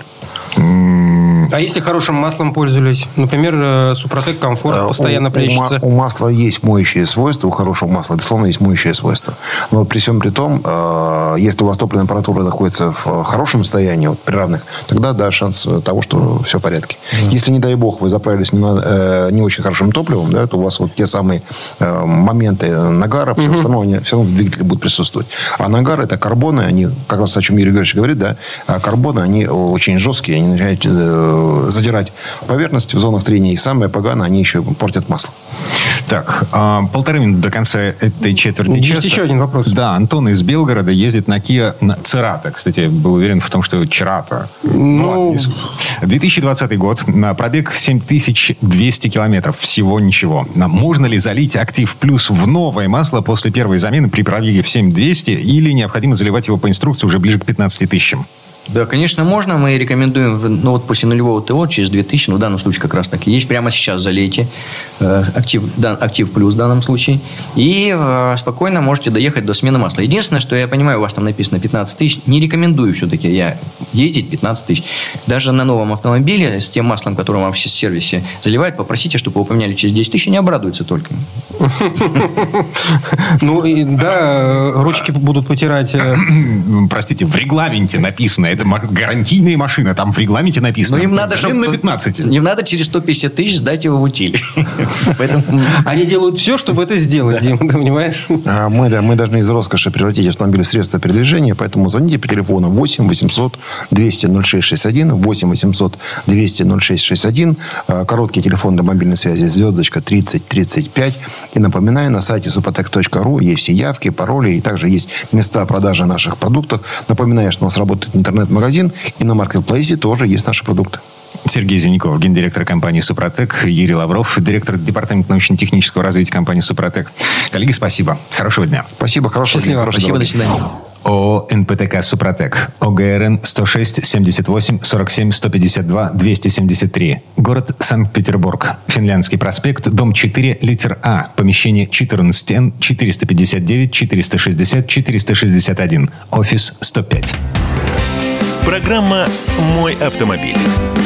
А если хорошим маслом пользовались? Например, Супротек Комфорт постоянно
у,
плещется.
У, у масла есть моющие свойства, у хорошего масла, безусловно, есть моющие свойства. Но при всем при том, э, если у вас топливная аппаратура находится в хорошем состоянии, вот, при равных, тогда да, шанс того, что все в порядке. Mm. Если, не дай бог, вы заправились не, на, э, не очень хорошим топливом, да, то у вас вот те самые э, моменты нагара, все
Мгм.
остальное, они все равно в двигателе будут присутствовать. А нагары, это карбоны, они, как раз о чем Юрий Григорьевич говорит, да, а карбоны, они очень жесткие, они начинают э, задирать поверхность в зонах трения, и самое поганое, они еще портят масло.
Так, а, полторы минуты до конца этой четверти
Есть
часа.
еще один вопрос.
Да, Антон из Белгорода ездит на Kia на Церата. Кстати, был уверен в том, что Черата.
Ну,
ладно, не суть. две тысячи двадцатый год. На пробег семь тысяч двести километров. Всего ничего. На- Можно ли залить Актив Плюс в новое масло после первой замены при пробеге в семь тысяч двести или необходимо заливать его по инструкции уже ближе к пятнадцати тысячам?
Да, конечно, можно. Мы рекомендуем, в- ну вот после нулевого ТО, через две тысячи, ну в данном случае как раз так и есть, прямо сейчас залейте э, актив, дан- актив плюс в данном случае, и э, спокойно можете доехать до смены масла. Единственное, что я понимаю, у вас там написано пятнадцать тысяч, не рекомендую все-таки я ездить пятнадцать тысяч. Даже на новом автомобиле с тем маслом, которым вам сейчас в сервисе заливают, попросите, чтобы вы поменяли через десять тысяч, и не обрадуются только.
Ну, и, да, ручки будут потирать. э,
Простите, в регламенте написано. Это ма- гарантийная машина. Там в регламенте написано.
Но им надо,
Замена
чтобы...
на пятнадцать.
Им надо через сто пятьдесят тысяч сдать его в утиль. Поэтому...
Они делают все, чтобы это сделать, Дима, ты понимаешь?
А мы, да, мы должны из роскоши превратить автомобиль в средство передвижения, поэтому звоните по телефону восемь восемьсот двести ноль шесть шестьдесят один, восемь восемьсот двести ноль шесть шестьдесят один, а, короткий телефон для мобильной связи звездочка тридцать тридцать пять. И напоминаю, на сайте супротек точка ру есть все явки, пароли, и также есть места продажи наших продуктов. Напоминаю, что у нас работает интернет-магазин, и на маркетплейсе тоже есть наши продукты.
Сергей Зеленяков, гендиректор компании «Супротек», Юрий Лавров, директор департамента научно-технического развития компании «Супротек». Коллеги, спасибо. Хорошего дня.
Спасибо, хорошего
Счастливо.
дня, хорошей
Спасибо,
дороги.
до свидания.
ООО «НПТК Супротек». ОГРН сто шесть семьдесят восемь сорок семь сто пятьдесят два двести семьдесят три. Город Санкт-Петербург. Финляндский проспект, дом четыре, литер А. Помещение четырнадцать Н четыреста пятьдесят девять четыреста шестьдесят четыреста шестьдесят один. Офис сто пять.
Программа «Мой автомобиль».